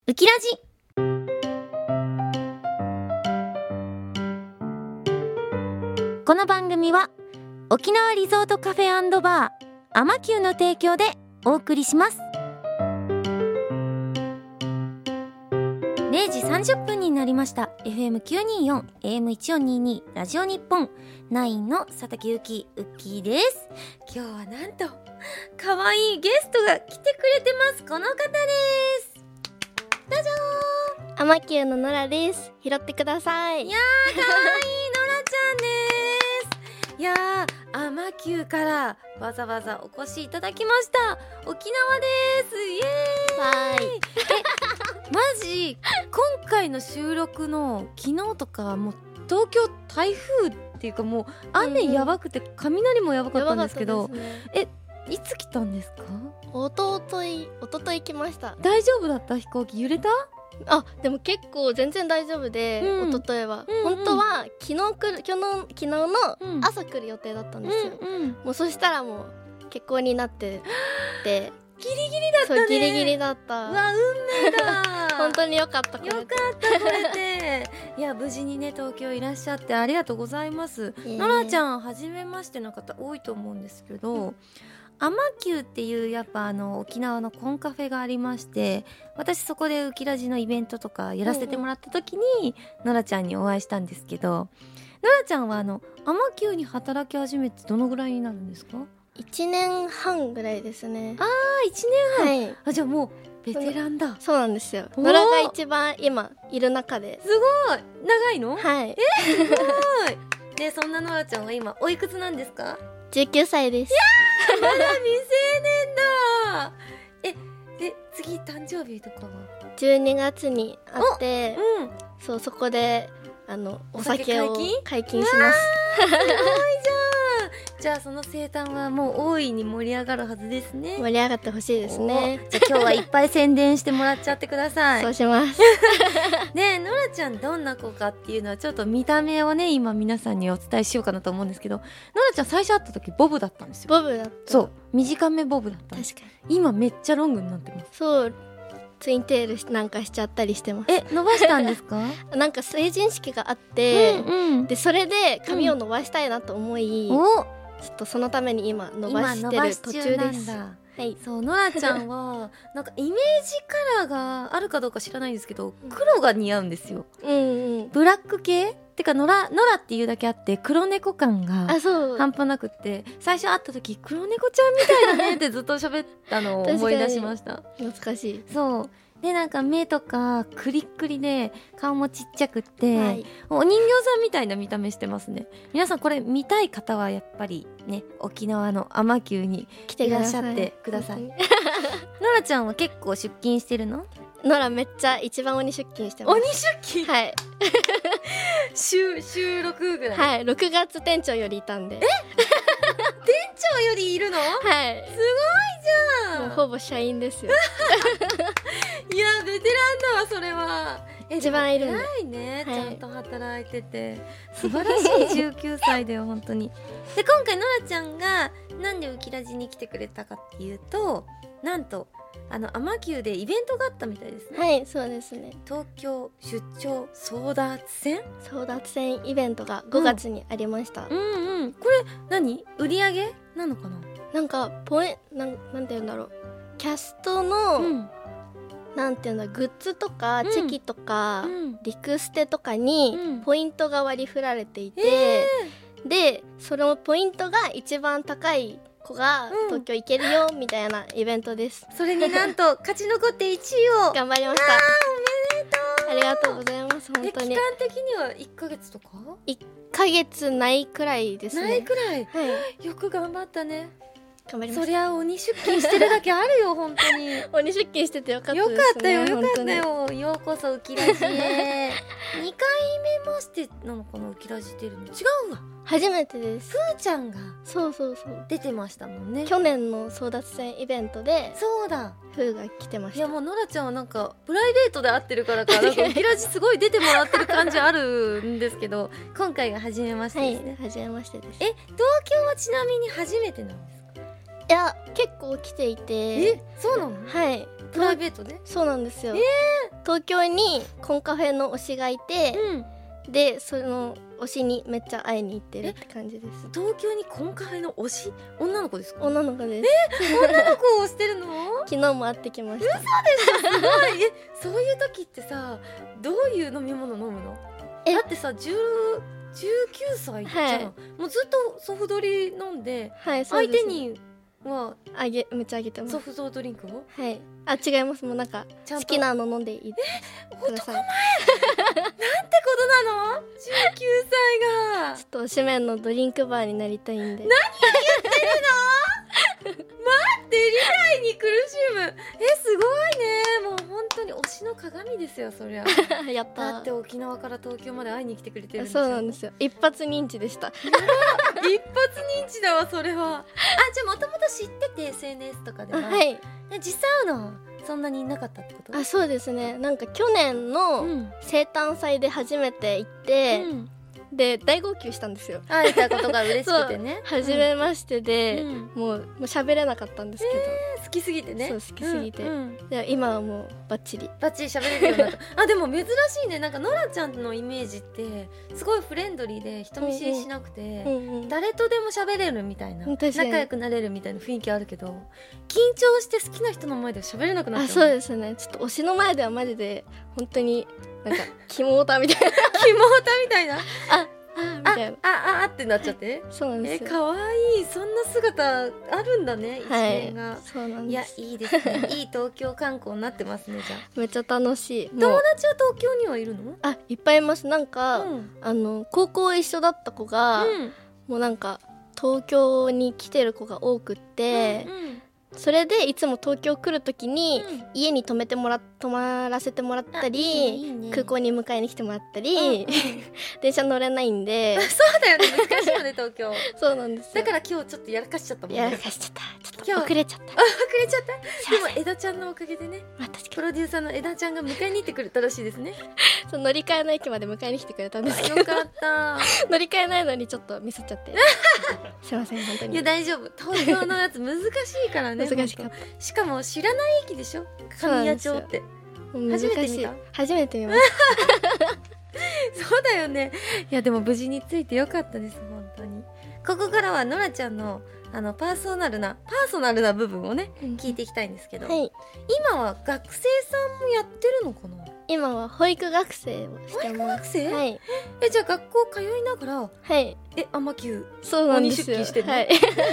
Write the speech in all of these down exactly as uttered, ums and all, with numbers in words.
ウキラジ。この番組は沖縄リゾートカフェ&バーアマキューの提供でお送りします。れいじさんじゅっぷんになりました。 エフエムきゅうにーよん エーエムせんよんひゃくにじゅうに ラジオ日本ナインの佐竹ゆきウッキーです。今日はなんと可愛いゲストが来てくれてます。この方です。どうぞアマキューのノラです。拾ってください。 いやー可愛いノラちゃんです。いやーアマキューからわざわざお越しいただきました。沖縄です。イエーイ。 はい。 えマジ今回の収録の昨日とかもう東京台風っていうかもう雨やばくて雷もやばかったんですけど、 ね、 えいつ来たんですか？ おとといおととい来ました。 大丈夫だった？飛行機揺れた？ あ、でも結構全然大丈夫で、うん、おとといは、うんうん、本当は昨日来る昨日昨日の朝来る予定だったんですよ、うんうん、もうそしたらもう欠航になっててギリギリだったね。 そうギリギリだった。 うわ運命だ本当によかった。 よかったこれでいや無事にね東京いらっしゃってありがとうございます。ノラちゃん初めましての方多いと思うんですけど、うん、アマキューっていうやっぱあの沖縄のコンカフェがありまして、私そこでウキラジのイベントとかやらせてもらった時に、うんうん、ノラちゃんにお会いしたんですけど、ノラちゃんはあのアマキューに働き始めてどのぐらいになるんですか？ いちねんはんぐらいですね。 あーいちねんはん、はい、あじゃあもうベテランだ。 そうなんですよ。ノラが一番今いる中で。 すごい長いの？ はい。 えー、すごいでそんなノラちゃんは今おいくつなんですか？ じゅうきゅうさいです。 いやーまだ未成年だ。えで次誕生日とかはじゅうにがつにあって、うん、そうそこであのお酒を解禁します。 すごいじゃん。じゃあその生誕はもう大いに盛り上がるはずですね。 盛り上がってほしいですね。 じゃあ今日はいっぱい宣伝してもらっちゃってください。 そうしますね。ノラちゃんどんな子かっていうのはちょっと見た目をね今皆さんにお伝えしようかなと思うんですけど、ノラちゃん最初会った時ボブだったんですよ。 ボブだった。 そう短めボブだった。 確かに今めっちゃロングになってます。 そうツインテールなんかしちゃったりしてます。 え伸ばしたんですか？ なんか成人式があって、うんうん、でそれで髪を伸ばしたいなと思い、うん、おちょっとそのために今伸ばしてる途中です。はい、 そうノラちゃんはなんかイメージカラーがあるかどうか知らないんですけど黒が似合うんですよ、 うんうん、 ブラック系てかノラ、ノラっていうだけあって黒猫感が半端なくって最初会った時黒猫ちゃんみたいだねってずっと喋ったのを思い出しました。 懐かしい。 そうでなんか目とかクリックリで顔もちっちゃくって、はい、お人形さんみたいな見た目してますね。皆さんこれ見たい方はやっぱりね沖縄のアマキューに来ていらっしゃってください。ノラちゃんは結構出勤してるの？ ノラめっちゃ一番鬼出勤してます。 鬼出勤？はい週、週ろくぐらい。 はいろくがつ店長よりいたんで。え店長よりいるの？ はいすごいじゃん。 もうほぼ社員ですよいやベテランだわそれは。 一番いるんで偉いね、はい、ちゃんと働いてて素晴らしいじゅうきゅうさいだよ本当に。で今回ノラちゃんがなんでウキラジに来てくれたかっていうと、なんとあのアマキューでイベントがあったみたいですね。 はいそうですね。 東京出張争奪戦争奪戦イベントがごがつにありました、 うん、うんうんこれ何売り上げなのかな。 なんかポエなん、なんて言うんだろうキャストの、うん、なんていうんだグッズとか、うん、チェキとか、うん、リクステとかにポイントが割り振られていて、うんえー、でそのポイントが一番高い子が東京行けるよみたいなイベントです、 うん、それになんと勝ち残っていちいを頑張りました。 おめでとう。 ありがとうございます。本当に期間的にはいっかげつとかいっかげつないくらいですね。 ないくらい、 はい、 よく頑張ったね。 頑張りました。 そりゃ鬼出勤してるだけあるよ本当に鬼出勤しててよかったですね。 よかったよよかったよ。ようこそウキラジへにかいめましてなのかな。ウキラジ出るの違うわ。 初めてです。 ふーちゃんがそうそうそう出てましたもんね。 去年の争奪戦イベントでそうだふーが来てました。 いやもうノラちゃんはなんかプライベートで会ってるからかなんかウキラジすごい出てもらってる感じあるんですけど今回が初めましてですね。 はい初めましてです。 え東京はちなみに初めてなんですか？ いや結構来ていて。 えそうなの？ はいプライベートで？ そうなんですよ、 えー、東京にコンカフェの推しがいて、うん、でその推しにめっちゃ会いに行ってるって感じです。 東京にコンカフェの推し、女の子ですか？ 女の子です。 えー、女の子を推してるの？ 昨日も会ってきました。 嘘ですか？すごい。え、そういう時ってさ、どういう飲み物飲むの？え、だってさ、じゅうじゅうきゅうさいじゃん、はい、もうずっとソフトリ飲んで、はい、そうですね、相手にはあげめっちゃあげてます。 ソフトドリンクを？ はい。あ、違います。もうなんか好きなの飲んでいい。 え、男前なんてことなの？じゅうきゅうさいがちょっと推しメンのドリンクバーになりたいんで。何を言ってるの？待って、理解に苦しむ。え、すごいね。もう本当に推しの鏡ですよ、そりゃ。 やった。 だって沖縄から東京まで会いに来てくれてるんですよ。そうなんですよ。一発認知でした。 一発認知だわ、それは。あ、じゃあもともと知ってて エスエヌエス とかでは。はい。実際会うのそんなにいなかったってこと？ あ、そうですね。なんか去年の生誕祭で初めて行って、うん、で大号泣したんですよ。 会えたことが嬉しくてね。 初めましてで、うん、もうもう喋れなかったんですけど、 えー、好きすぎてね。 そう、好きすぎて、うんうん、で今はもうバッチリバッチリ喋れるようになったあ、でも珍しいね。なんかノラちゃんのイメージってすごいフレンドリーで人見知りしなくて、うんうん、誰とでも喋れるみたいな、仲良くなれるみたいな雰囲気あるけど、緊張して好きな人の前では喋れなくなっちゃう。 あ、そうですね。ちょっと推しの前ではマジで本当になんかキモータみたいなキモータみたいなあみたいな、 あああってなっちゃって。 そうなんですよ。 え、可愛い。そんな姿あるんだね、一面が。 はい、そうなんです。 いや、いいですね。いい東京観光になってますね。じゃあめっちゃ楽しい。 友達は東京にはいるの？ あ、いっぱいいます。なんか、うん、あの高校一緒だった子が、うん、もうなんか東京に来てる子が多くって、うんうん、それでいつも東京来るときに、うん、家に泊めてもら泊まらせてもらったり、いいねいいね、空港に迎えに来てもらったり、うんうん、電車乗れないんでそうだよね、難しいよね東京そうなんですよ。 だから今日ちょっとやらかしちゃったもんね。 やらかしちゃった。ちょっと遅れちゃった。遅れちゃった。でも枝ちゃんのおかげでね、まあ、プロデューサーの枝ちゃんが迎えに行ってくれたらしいですねそう、乗り換えの駅まで迎えに来てくれたんですけどよかった乗り換えないのにちょっとミスっちゃってすいません、本当に。 いや大丈夫、東京のやつ難しいからね難しかった。 しかも知らない駅でしょ、神谷町って。初めて見た？ 初めて見ましたそうだよね。いやでも無事に着いてよかったです、本当に。ここからはノラちゃんのあのパーソナルなパーソナルな部分をね、うん、聞いていきたいんですけど、はい、今は学生さんもやってるのかな？ 今は保育学生をしてます。保育学生？ はい。 え、じゃあ学校通いながら、 はい。 え、アマキューそうなんですよ。 出勤してるの？はい。多忙だ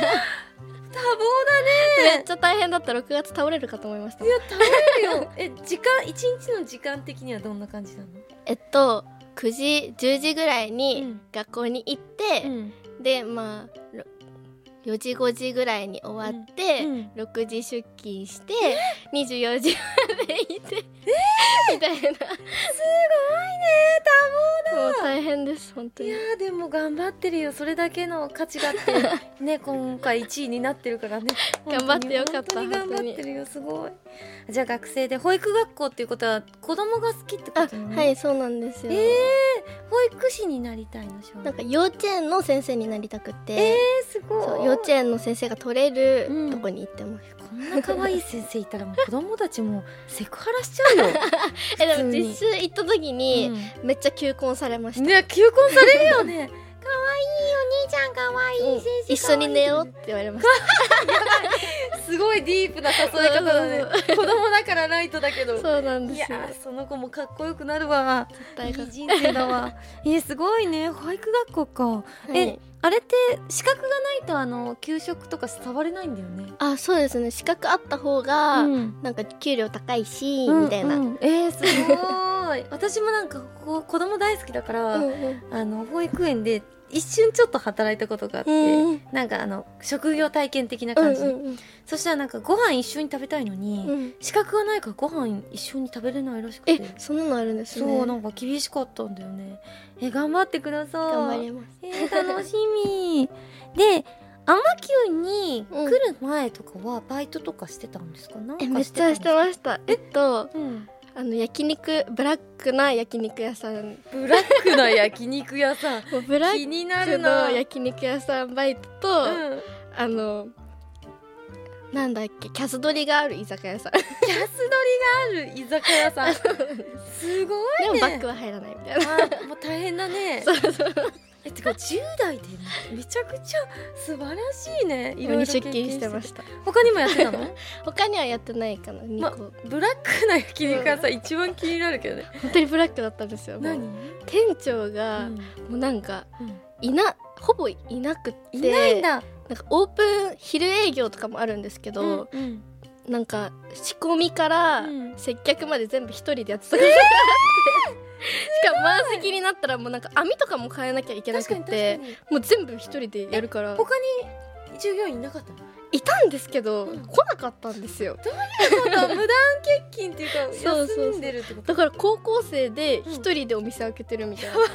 ね。めっちゃ大変だった。ろくがつ倒れるかと思いました。 いや倒れるよえ、時間一日の時間的にはどんな感じなの？ えっとくじじゅうじぐらいに学校に行って、うん、でまあよじごじぐらいに終わって、うんうん、ろくじ出勤してにじゅうよじまでいて、えー、みたいな。すごいね、多忙だ。もう大変です本当に。 いやでも頑張ってるよ。それだけの価値があってね今回いちいになってるからね頑張ってよかった。 本当に頑張ってるよ、すごい。じゃあ学生で保育学校っていうことは子供が好きってことなの？ はい、そうなんですよ。 えー、保育士になりたいの？ なんか幼稚園の先生になりたくて。 えー、すごい。 幼稚園の先生が取れるとこに行ってます、 うん、こんな可愛い先生いたらもう子供たちもセクハラしちゃうよえ、でも実習行った時にめっちゃ求婚されました。 いや、求婚されるよね可愛いお兄ちゃん、可愛い先生、 一緒に寝ようって言われましたすごいディープな誘い方だね子供だからライトだけど。 そうなんですよ。 いやその子もかっこよくなるわ。いい人生だわえー、すごいね、保育学校か、はい、えあれって資格がないとあの給食とか触れないんだよね。 あ、そうですね。資格あった方が、うん、なんか給料高いし、うん、みたいな、うん、 えー、すごい私もなんかこ子供大好きだから、うんうん、あの保育園で一瞬ちょっと働いたことがあって、うん、なんかあの職業体験的な感じで、うんうんうん、そしたらなんかご飯一緒に食べたいのに、うん、資格がないからご飯一緒に食べれないらしくて。 え、そんなのあるんですね。 そう、なんか厳しかったんだよね。え、頑張ってください。 頑張ります。 えー、楽しみでアマキューに来る前とかはバイトとかしてたんですか？なんかえ、めっちゃしてました。えっと、うん、あの焼肉、ブラックな焼肉屋さん。 ブラックな焼肉屋さんもうブラックの焼肉屋さんバイトと、うん、あのなんだっけ、キャス取りがある居酒屋さんキャス取りがある居酒屋さんすごいね。 でもバッグは入らないみたいな。 あ、もう大変だね。 そうそうえ、てかじゅう代でめちゃくちゃ素晴らしいね。いろいろに出勤してました。 他にもやってたの？ 他にはやってないかな。にこ、ま、 ブラックな焼肉屋さん一番気になるけどね。 本当にブラックだったんですよ。 何？ 店長が、うん、もうなんか、うん、いなほぼいなくって、 いないんだ。 なんかオープン昼営業とかもあるんですけど、うんうん、なんか仕込みから接客まで全部一人でやってたから、えーしかも満席になったらもうなんか網とかも変えなきゃいけなくて、もう全部一人でやるから。 他に従業員いなかったの？ いたんですけど、うん、来なかったんですよ。 どういうこと？無断欠勤っていうか休んでるってこと？ だから高校生で一人でお店開けてるみたいな、うん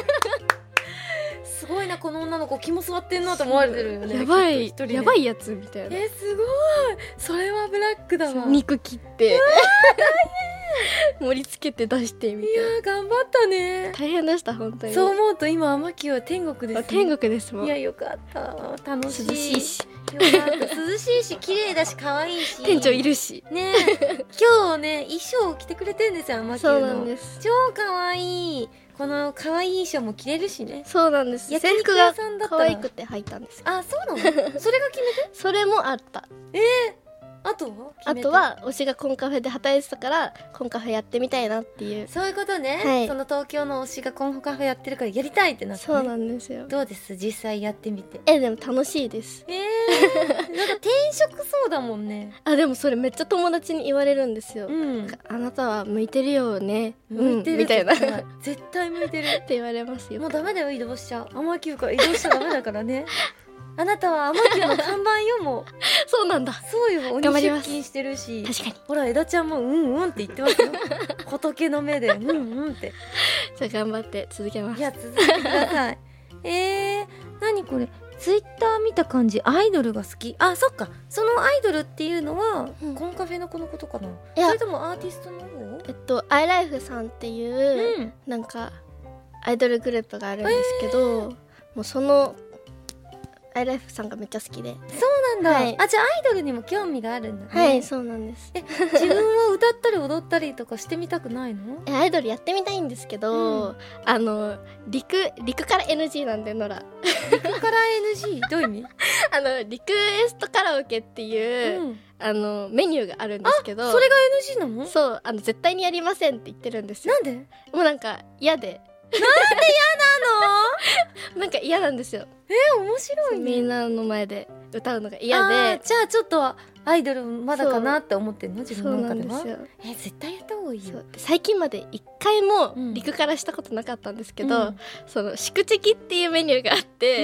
すごいな、この女の子気も座ってんなと思われてるよね。 やばいやばいやつみたいな。 え、すごい、それはブラックだわ。 肉切って盛り付けて出してみたいな。 いや頑張ったね。 大変でした本当に。 そう思うと今天城は天国です、ね、 天国ですもん。 いやよかった、楽しい、 涼しいし、 よかった涼しいし綺麗だし可愛いし店長いるしね。今日ね衣装を着てくれてんですよ、天城の。 そうなんです。 超可愛い。この可愛い衣装も着れるしね。 そうなんです。制服が可愛くて入ったんです。 あ、そうなの？それが決めて？ それもあった。 えーあとはあとは推しがコンカフェで働いてたからコンカフェやってみたいなっていう。 そういうことね、はい、その東京の推しがコンカフェやってるからやりたいってなって、ね、 そうなんですよ。 どうです？実際やってみて。 え、でも楽しいです。 えー、なんか転職そうだもんね。 あ、でもそれめっちゃ友達に言われるんですよ、 うん、 あなたは向いてるよね、 向いてる、 うん、みたいな絶対向いてるって言われますよ。 もうダメだよ、移動しちゃう。天城から移動しちゃダメだからね。あなたは天城の看板よ。もうそうなんだ。 そうよ、鬼出勤してるし。 確かに。 ほら枝ちゃんもうんうんって言ってますよ。仏の目でうんうんって。 じゃあ頑張って続けます。 いや続けてください。えー、何これ、ツイッター見た感じアイドルが好き。あ、そっか、そのアイドルっていうのは、うん、コンカフェの子のことかな。それともアーティストの方？ えっとアイライフさんっていう、うん、なんかアイドルグループがあるんですけど、えー、もうそのアイライフさんがめっちゃ好きで。 そうなんだ、はい、あ、じゃあアイドルにも興味があるんだね。 はい、そうなんです。 え、自分は歌ったり踊ったりとかしてみたくないの？ え、アイドルやってみたいんですけど、うん、あの陸陸から エヌジー なんで、ノラ陸から エヌジー どういう意味？ あのリクエストカラオケっていう、うん、あのメニューがあるんですけど。 それが エヌジー なの？ そう、あの絶対にやりませんって言ってるんですよ。 なんで？ もうなんか嫌で。 なんで嫌なの？なんか嫌なんですよ。 えー、面白いね。 みんなの前で歌うのが嫌で。 じゃあちょっとアイドルまだかなって思ってんの？自分の中では。 そうなんですよ。 えー、絶対やった方がいいよ。 最近まで一回も陸からしたことなかったんですけど、うん、そのしくちきっていうメニューがあって、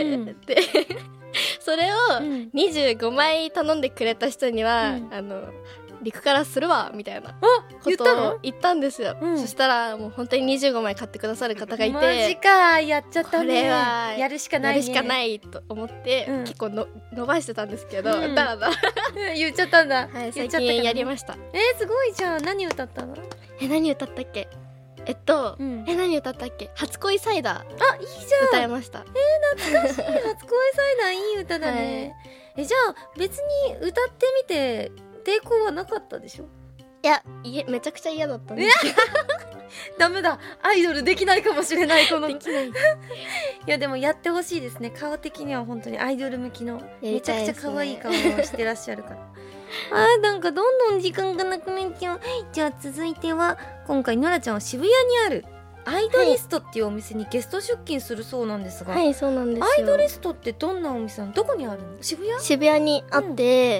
うん、でそれをにじゅうごまい頼んでくれた人には、うん、あの陸からするわみたいなことを言ったんですよ、うん、そしたらもう本当ににじゅうごまい買ってくださる方がいて、 マジか、やっちゃったね。 これはやるしかないね、 やるしかないと思って、うん、結構の伸ばしてたんですけど、うん、だらだ言っちゃったんだ。 はい、最近やりました。 えー、すごいじゃん。何歌ったの？ え、何歌ったっけ？えっと、うん、え、何歌ったっけ？初恋サイダー。 あ、いいじゃん。 歌いました。 えー、懐かしい。初恋サイダーいい歌だね、はい、え、じゃあ別に歌ってみて抵抗はなかったでしょ？ いや、いえ、めちゃくちゃ嫌だったんですよ。 ダメだ、アイドルできないかもしれない。このできない。 いやでもやってほしいですね。顔的には本当にアイドル向きのめちゃくちゃ可愛い顔をしてらっしゃるからあー、なんかどんどん時間がなくなっちゃう。じゃあ続いては今回ノラちゃんは渋谷にあるアイドリストっていうお店にゲスト出勤するそうなんですが、 はい、そうなんですよ。 アイドリストってどんなお店なの？どこにあるの？渋谷？ 渋谷にあって、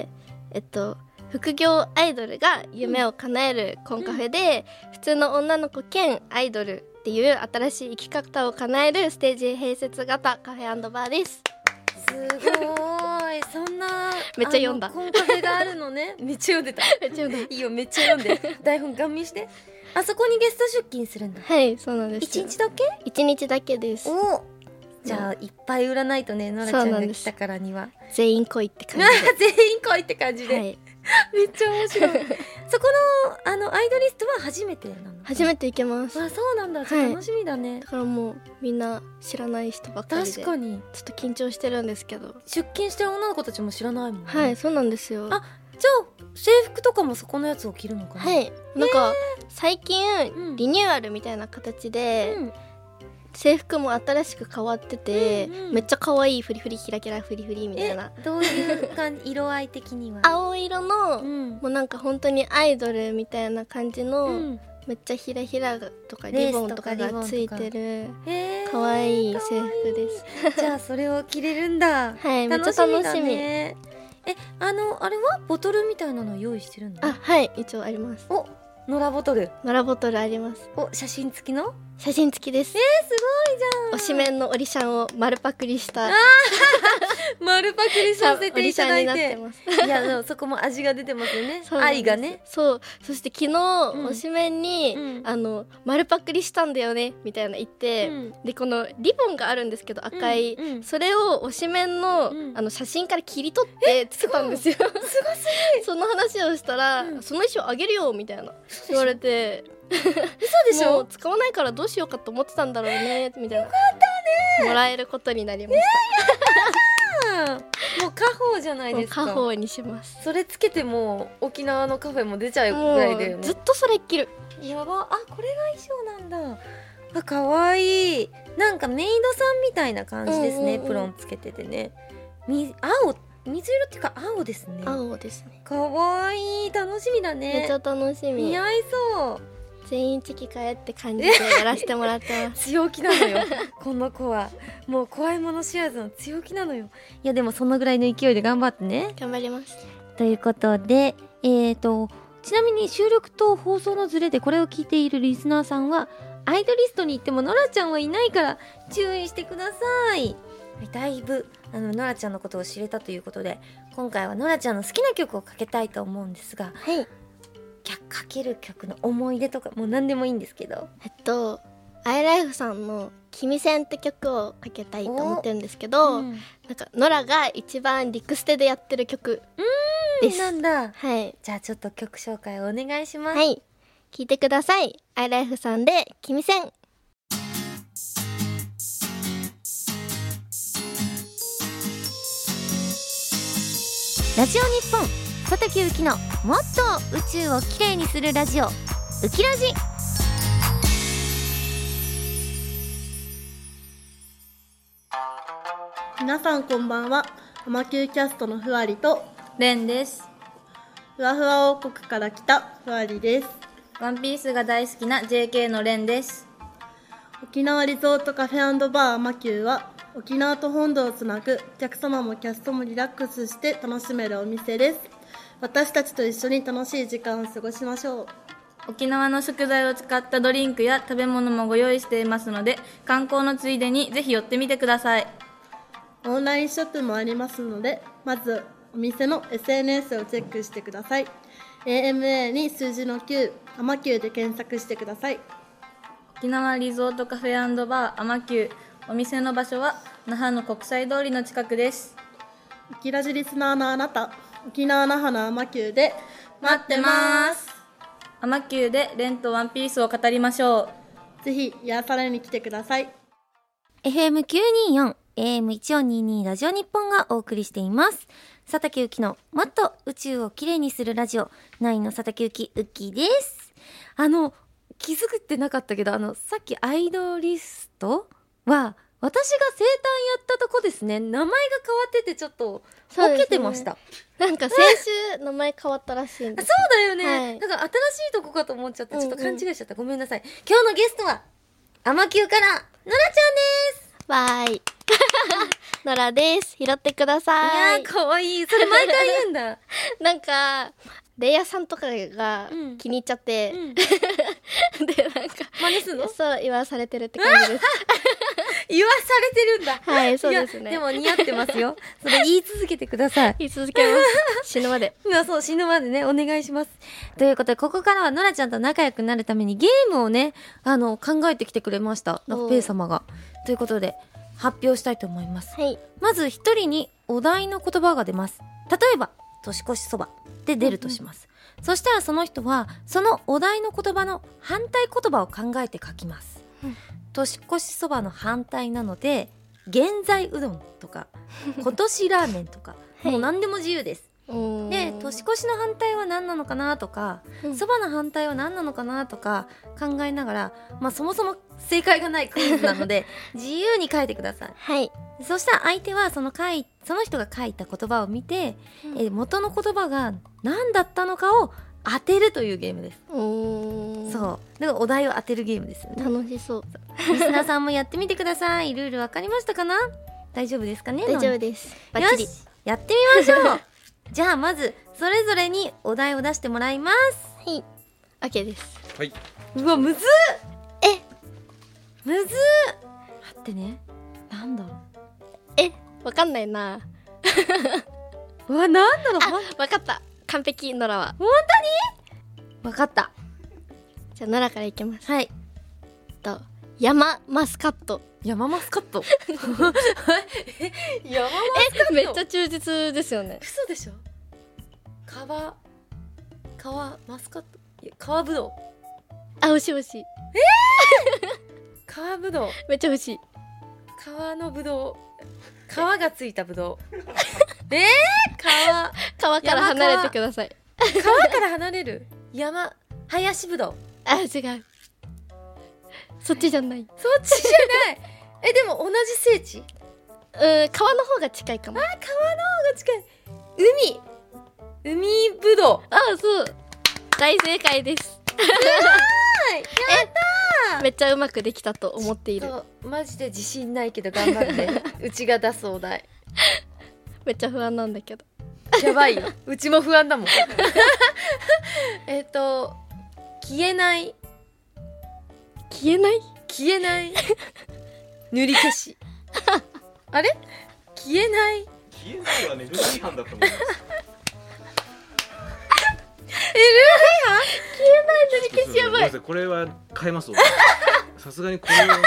うん、えっと副業アイドルが夢を叶えるコンカフェで、うん、普通の女の子兼アイドルっていう新しい生き方を叶えるステージ併設型カフェ&バーです。 すごい。そんなめっちゃ読んだコンカフェがあるのね。めっちゃ読んでた。 めっちゃ読んだ。 いいよ、めっちゃ読んで。台本ガン見して。あそこにゲスト出勤するんだ。 はい、そうなんです。 一日だけ？ 一日だけです。 お、じゃあいっぱい売らないとね、ノラちゃんが来たからには全員来いって感じで。 全員来いって感じで、はい、めっちゃ面白い。そこのあのアイドリストは初めてなの？ 初めて行けます。 あ、そうなんだ。じゃあ楽しみだね、はい、 だからもうみんな知らない人ばっかりで、 確かにちょっと緊張してるんですけど。 出勤してる女の子たちも知らないもんね。 はい、そうなんですよ。 あ、 じゃあ制服とかもそこのやつを着るのかな。 はい、なんか最近リニューアルみたいな形で、うん、制服も新しく変わってて、うんうん、めっちゃ可愛いフリフリキラキラフリフリみたいな。 どういう感じ色合い的には青色の、うん、もうなんか本当にアイドルみたいな感じの、うん、めっちゃひらひらとかリボンとかがついてる可愛い制服です。 じゃあそれを着れるんだ。 はい、めっちゃ楽しみ。 え、あのあれはボトルみたいなの用意してるの？ あ、はい、一応あります。 お、野良ボトル。 野良ボトルあります。 お、写真付きの？ 写真付きです。 えー、すごいじゃん。 推しメンのオリシャンを丸パクリした丸パクリさせていただいて、いやでもそこも味が出てますよね。愛がね。 そう、そして昨日、うん、推しメンに、うん、あの丸パクリしたんだよねみたいな言って、うん、でこのリボンがあるんですけど赤い、うんうん、それを推しメンの、うん、あの写真から切り取ってつけたんですよ。すごすぎ。その話をしたら、うん、その衣装あげるよみたいな言われて。 嘘でしょ。 もう使わないからどうしようかと思ってたんだろうねみたいな。 よかったね。 もらえることになりました。 えー、もう家宝じゃないですか。 家宝にします。 それつけても沖縄のカフェも出ちゃうぐらいだよね。 ずっとそれ着る。 やば。あ、これが衣装なんだ。あ、かわいい。なんかメイドさんみたいな感じですね、うんうんうん、プロンつけててね。み青水色っていうか青ですね。 青ですね。 かわいい。楽しみだね。 めっちゃ楽しみ。 似合いそう。 全員チキかえって感じでやらせてもらってます。 強気なのよこの子は。もう怖いもの知らずの強気なのよ。いやでもそのぐらいの勢いで頑張ってね。 頑張ります。 ということで、えーとちなみに収録と放送のズレでこれを聞いているリスナーさんはアイドリストに行ってもノラちゃんはいないから注意してください。だいぶあのノラちゃんのことを知れたということで、今回はノラちゃんの好きな曲をかけたいと思うんですが、 はい、 かける曲の思い出とかもう何でもいいんですけど、 えっとアイライフさんの「君線」って曲をかけたいと思ってるんですけど、うん、なんかノラが一番リクステでやってる曲です。 なんだ。 はい。 じゃあちょっと曲紹介をお願いします。 はい、聴いてください。アイライフさんで「君線」。 ラジオ日本佐竹ゆきのもっと宇宙をきれいにするラジオ、ウキラジ。 皆さんこんばんは。アマキューキャストのふわりとレンです。 ふわふわ王国から来たふわりです。 ワンピースが大好きな ジェーケー のレンです。 沖縄リゾートカフェ&バーアマキューは沖縄と本土をつなぐ、お客様もキャストもリラックスして楽しめるお店です。私たちと一緒に楽しい時間を過ごしましょう。 沖縄の食材を使ったドリンクや食べ物もご用意していますので、観光のついでにぜひ寄ってみてください。 オンラインショップもありますので、まずお店の エスエヌエス をチェックしてください。 エーエムエー に数字のきゅう、アマキューで検索してください。 沖縄リゾートカフェ&バーアマキュー、お店の場所は那覇の国際通りの近くです。 ウキラジリスナーのあなた、沖縄那覇のアマキューで待ってます。アマキューでレンとワンピースを語りましょう。ぜひ癒されに来てください。 エフエムきゅうにーよん エーエムいちよんにーにー ラジオ日本がお送りしています。佐竹ゆきのもっと宇宙をきれいにするラジオ、ナインの佐竹ゆきウッキーです。あの気づくってなかったけど、あのさっきアイドリストは私が生誕やったとこですね。名前が変わっててちょっとボケてました、ね、 なんか先週名前変わったらしいんです。 そうだよね、はい、なんか新しいとこかと思っちゃってちょっと勘違いしちゃった、うんうん、ごめんなさい。今日のゲストはアマキューからノラちゃんです。 バイノラです。拾ってください。 いやーかわいい。それ毎回言うんだなんかレイヤーさんとかが気に入っちゃって、うんうん、でなんか真似するの？ そう言わされてるって感じです言わされてるんだ。 はい、そうですね。 でも似合ってますよ。それ言い続けてください。 言い続けます死ぬまで。 いや、そう死ぬまでね、お願いします。ということでここからはノラちゃんと仲良くなるためにゲームをね、あの考えてきてくれました、ラッペイ様が。ということで発表したいと思います、 はい、 まず一人にお題の言葉が出ます。例えば年越しそばで出るとします、うんうん、そしたらその人はそのお題の言葉の反対言葉を考えて書きます、うん、年越しそばの反対なので現在うどんとか今年ラーメンとか、はい、もう何でも自由です。 で年越しの反対は何なのかなとか、そば、うん、の反対は何なのかなとか考えながら、まあ、そもそも正解がないクイズなので自由に書いてください。 はい。 そしたら相手はその書いその人が書いた言葉を見て、うん、え元の言葉が何だったのかを当てるというゲームです。 おそうだからお題を当てるゲームですよね。 楽しそう。 リスナーさんもやってみてください。ルール分かりましたかな？大丈夫ですかね？ 大丈夫です。 バッチリ。よしやってみましょうじゃあまずそれぞれにお題を出してもらいます。 はい OK です。 はい。 うわむずっえむずっ待ってね、なんだろう、 えわかんないなうわなんだろう、 あわかった、完璧。ノラは本当にわかった。 じゃあノラからいきます。 はいと山マスカット。 山マスカット山マスカットめっちゃ忠実ですよね。 嘘でしょ。川川マスカット、いや川ぶどう。 あ惜しい惜しい。えー、川ぶどうめっちゃ惜しい。 川のぶどう、川がついたぶどうえー、川川から離れてください。 川から離れる山林ぶどう。 あ違う、そっちじゃない。 そっちじゃないえでも同じ聖地。 うん川の方が近いかも。 あ川の方が近い。海海ぶどう。 あそう大正解です。 すごいやったー。 めっちゃうまくできたと思っている。 マジで自信ないけど頑張ってうちが出すお題めっちゃ不安なんだけど。 やばいようちも不安だもんえっと消えない消えない消えない塗り消しあれ消えない消えないはねルール違反だと思います。 えルール違反？ 消えない塗り消しやばい。 これは変えますわさすがにこれをねま、バ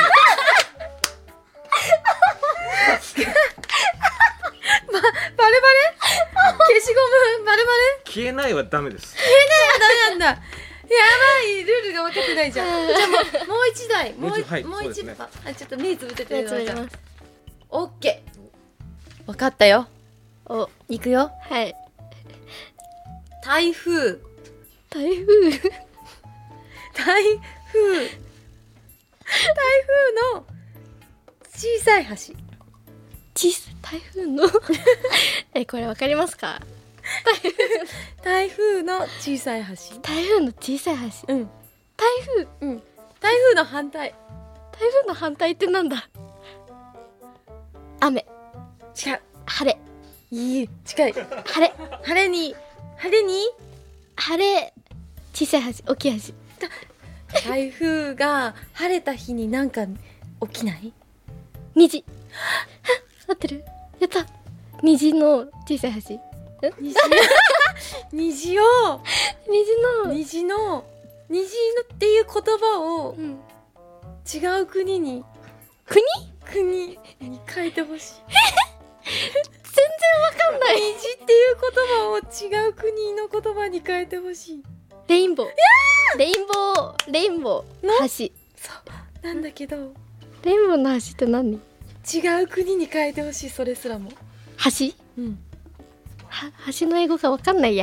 バレバレ消しゴムバレバレ消えないはダメです。 消えないはダメなんだ。やばいルールが分かってないじゃん。じゃあもうもう一台もう一、 はい、 もう一、 ね、 あちょっと目つぶってて目つぶります。 オッケー分かったよ。 おいくよ。 はい台風台風台風台風の小さい橋。 小さい台風のえこれわかりますか？ 台風の小さい橋。 台風の小さい橋。 うん台風うん台風の反対。 台風の反対ってなんだ？雨。 違う。 晴れ。 いい近い。 晴れ晴れに晴れに晴れ小さい橋大きい橋。 台風が晴れた日になんか起きない？ 虹合ってる？やった。虹の小さい橋。 虹虹を虹の虹の虹のっていう言葉をうん違う国に国国に変えてほしい。 全然わかんない。 虹っていう言葉を違う国の言葉に変えてほしい。 レインボーレインボーレインボーの橋。 そうなんだけどレインボーの橋って何？ 違う国に変えてほしい。それすらも橋うんは橋の英語がわかんないや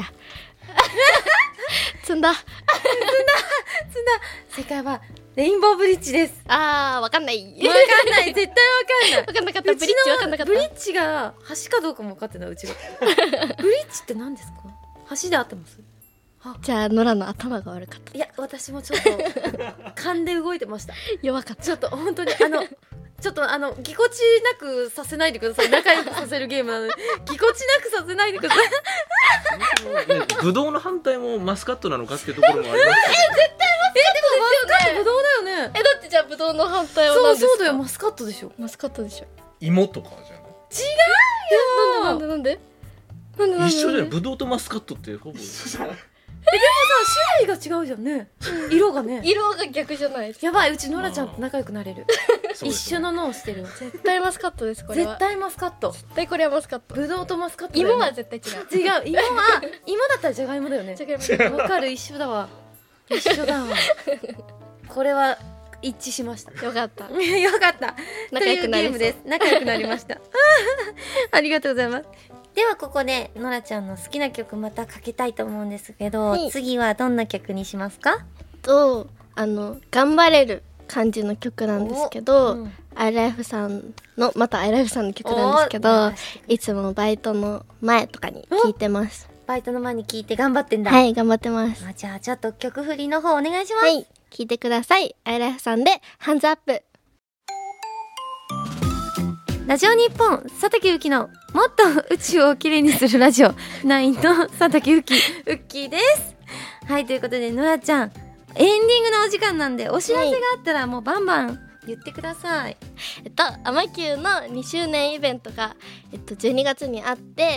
積んだ積んだ積んだ。正解はレインボーブリッジです。 あーわかんないわかんない絶対わかんない。 わかんなかった。ブリッジわかんなかった。 ブリッジが橋かどうかも分かってないうちがブリッジって何ですか？橋で合ってます？ じゃあノラの頭が悪かった。 いや私もちょっと勘で動いてました。 弱かった。 ちょっと本当にあのちょっとあのぎこちなくさせないでください。仲良くさせるゲームなのでぎこちなくさせないでください。 ね、ブドウの反対もマスカットなのかっていうところもありますけど。 え絶対マスカットですよね。ブドウだよね。 えだってじゃあブドウの反対はそう何ですか？ そうだよマスカットでしょ。 マスカットでしょ。 芋とかじゃない？ 違うよ。 なんでなんでなんでなんでなんで一緒じゃない。ブドウとマスカットってほぼ一緒じゃない。 えでもさ種類が違うじゃんね。色がね。 色が逆じゃないですか。 やばいうちノラちゃんと仲良くなれる。一緒の脳してる。 絶対マスカットですこれは。 絶対マスカット。 絶対これはマスカット。 ブドウとマスカットだよね。 芋は絶対違う。 違う。芋は芋だったらじゃがいもだよね。 違います。 わかる一緒だわ。一緒だわ。これは一致しました。 よかった。 よかった。 仲良くなりそう。 というゲームです。仲良くなりました。ありがとうございます。 ではここでノラちゃんの好きな曲またかけたいと思うんですけど、はい、次はどんな曲にしますか？ とあの頑張れる感じの曲なんですけど、うん、アイライフさんのまたアイライフさんの曲なんですけど、いつもバイトの前とかに聴いてます。 バイトの前に聴いて頑張ってんだ。 はい、頑張ってます。 あ、じゃあちょっと曲振りの方お願いします。 はい、聴いてください。アイライフさんでハンズアップ。 ラジオ日本佐竹ゆきのもっと宇宙をきれいにするラジオナインの佐竹ゆきウッキーです。はい、ということでノラちゃんエンディングのお時間なんで、お知らせがあったらもうバンバン言ってください。 えっとアマキューのにしゅうねんイベントが、えっと、じゅうにがつにあって、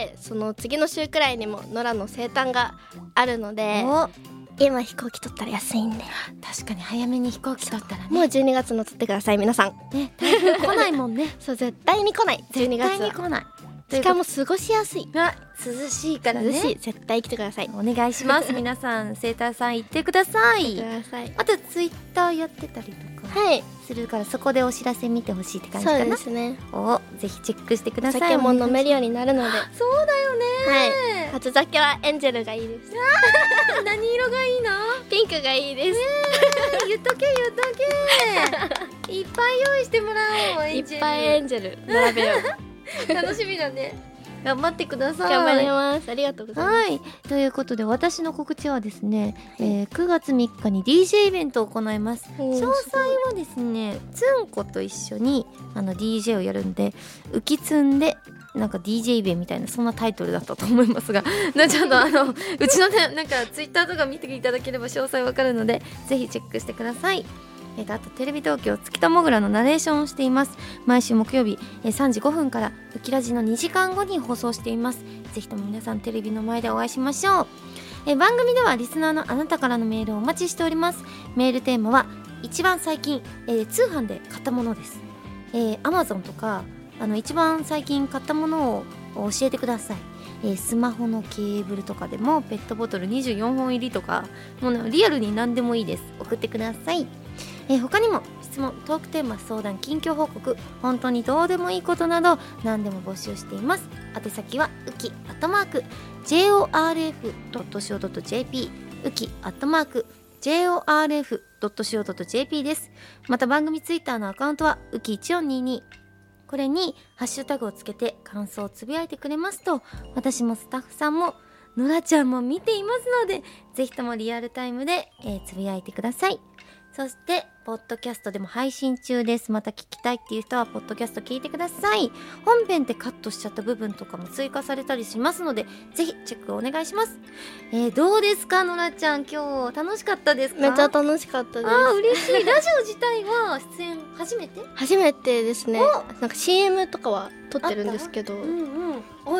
その次の週くらいにもノラの生誕があるので、今飛行機取ったら安いんで、 確かに早めに飛行機取ったらね。 もうじゅうにがつの取ってください皆さんね。台風来ないもんね。 そう、絶対に来ない。じゅうにがつは絶対に来ない。 しかも過ごしやすい。 あ、涼しいからね。 涼しい。絶対来てください。 お願いします。皆さん生誕さん行ってください。 行ってください。 あとツイッターやってたりとか、 はい、 するから、そこでお知らせ見てほしいって感じかな。 そうですね。 お、ぜひチェックしてください。 お酒も飲めるようになるので。 そうだよね。 はい。初酒はエンジェルがいいです。 何色がいいの？ ピンクがいいです。 言っとけ言っとけ。いっぱい用意してもらおう。 いっぱいエンジェル並べよう。楽しみだね。頑張ってください。 頑張ります。ありがとうございます。 はい、ということで私の告知はですね、えー、くがつみっかに ディージェー イベントを行います。詳細はですね、つんこと一緒にあの ディージェー をやるんで、浮きつんでなんか ディージェー イベントみたいな、そんなタイトルだったと思いますが、ちょっとあのうちのね、なんかツイッターとか見ていただければ詳細わかるので、ぜひチェックしてください。えー、あとテレビ東京月ともぐらのナレーションをしています。毎週木曜日、えー、さんじごふんからウキラジのにじかんごに放送しています。ぜひとも皆さんテレビの前でお会いしましょう。えー、番組ではリスナーのあなたからのメールをお待ちしております。メールテーマは一番最近、えー、通販で買ったものです。えー、Amazon とかあの一番最近買ったものを教えてください。えー、スマホのケーブルとかでもペットボトルにじゅうよんほん入りとか、もう、ね、リアルに何でもいいです。送ってください。えー、他にも質問、トークテーマ、相談、近況報告、本当にどうでもいいことなど何でも募集しています。宛先はウキアットマーク ジェイオーアールエフドットシーオードットジェーピー ウキアットマーク ジェイオーアールエフドットシーオードットジェーピー です。また番組ツイッターのアカウントはウキいちよんにーにー、これにハッシュタグをつけて感想をつぶやいてくれますと、私もスタッフさんもノラちゃんも見ていますので、ぜひともリアルタイムで、えー、つぶやいてください。そしてポッドキャストでも配信中です。また聞きたいっていう人はポッドキャスト聞いてください。本編でカットしちゃった部分とかも追加されたりしますので、ぜひチェックお願いします。えー、どうですかノラちゃん、今日楽しかったですか？ めっちゃ楽しかったです。 あー、嬉しい。ラジオ自体は出演初めて？ 初めてですね。なんか シーエム とかは撮ってるんですけど、うんうん、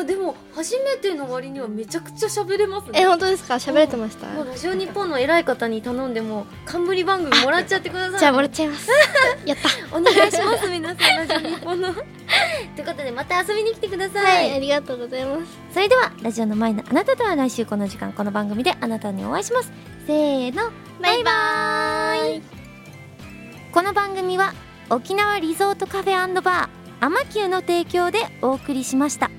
あ、でも初めての割にはめちゃくちゃ喋れますね。 え、本当ですか？喋れてました？ もうラジオ日本の偉い方に頼んでも冠番組もらっちゃってください。 じゃあもらっちゃいますやったお願いします皆さん、ラジオ日本のということでまた遊びに来てください。 はい、ありがとうございます。 それではラジオの前のあなたとは来週この時間この番組であなたにお会いします。せーの、バイバーイ。この番組は沖縄リゾートカフェ&バーアマキューの提供でお送りしました。